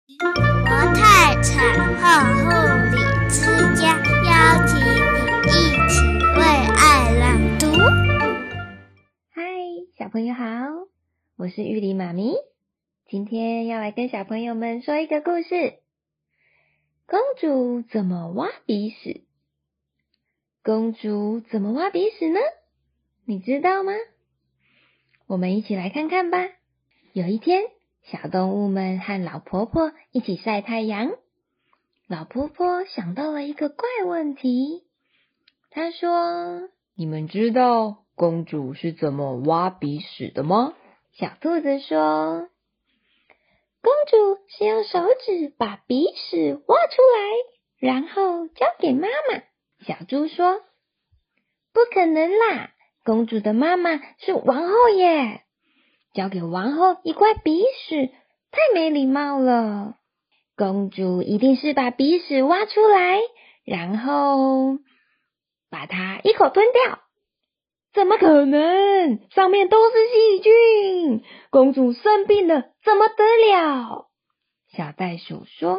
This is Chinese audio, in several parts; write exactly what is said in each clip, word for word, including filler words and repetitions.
国泰产后护理之家，邀请你一起为爱朗读。 嗨，小朋友好，我是玉里妈咪，今天要来跟小朋友们说一个故事。公主怎么挖鼻屎？公主怎么挖鼻屎呢？你知道吗？我们一起来看看吧。有一天，小动物们和老婆婆一起晒太阳。老婆婆想到了一个怪问题，她说： 你们知道公主是怎么挖鼻屎的吗？ 小兔子说：公主是用手指把鼻屎挖出来，然后交给妈妈。小猪说：不可能啦，公主的妈妈是王后耶，交给王后一块鼻屎，太没礼貌了。公主一定是把鼻屎挖出来，然后把它一口吞掉。 怎么可能？上面都是细菌，公主生病了，怎么得了？ 小袋鼠说：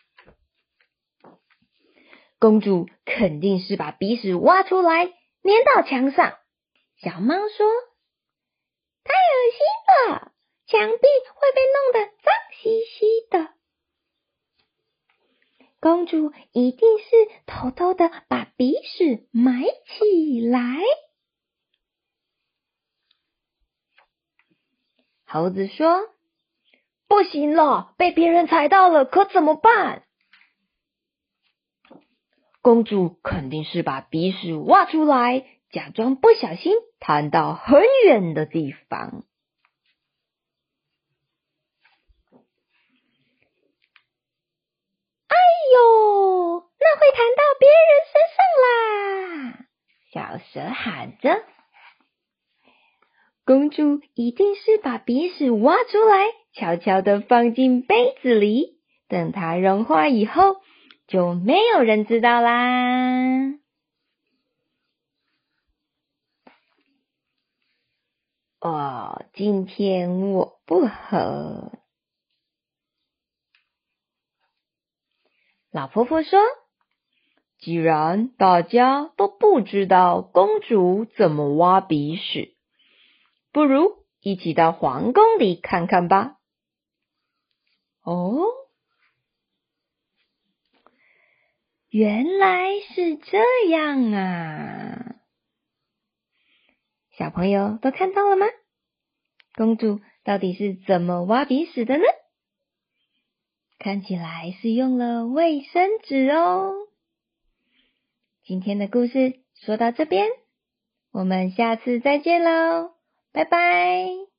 公主肯定是把鼻屎挖出来，粘到墙上。 小猫说：太恶心了，墙壁会被弄得脏兮兮的。公主一定是偷偷的把鼻屎埋起来。 猴子说：不行了，被别人踩到了，可怎么办？公主肯定是把鼻屎挖出来，假装不小心弹到很远的地方。 哎呦，那会弹到别人身上啦！小蛇喊着。公主一定是把鼻屎挖出来，悄悄地放进杯子里，等它融化以后，就没有人知道啦。哦，今天我不喝。老婆婆说： 既然大家都不知道公主怎么挖鼻屎，不如一起到皇宫里看看吧。 哦，原来是这样啊！小朋友都看到了吗？公主到底是怎么挖鼻屎的呢？看起来是用了卫生纸哦。今天的故事说到这边，我们下次再见喽，拜拜。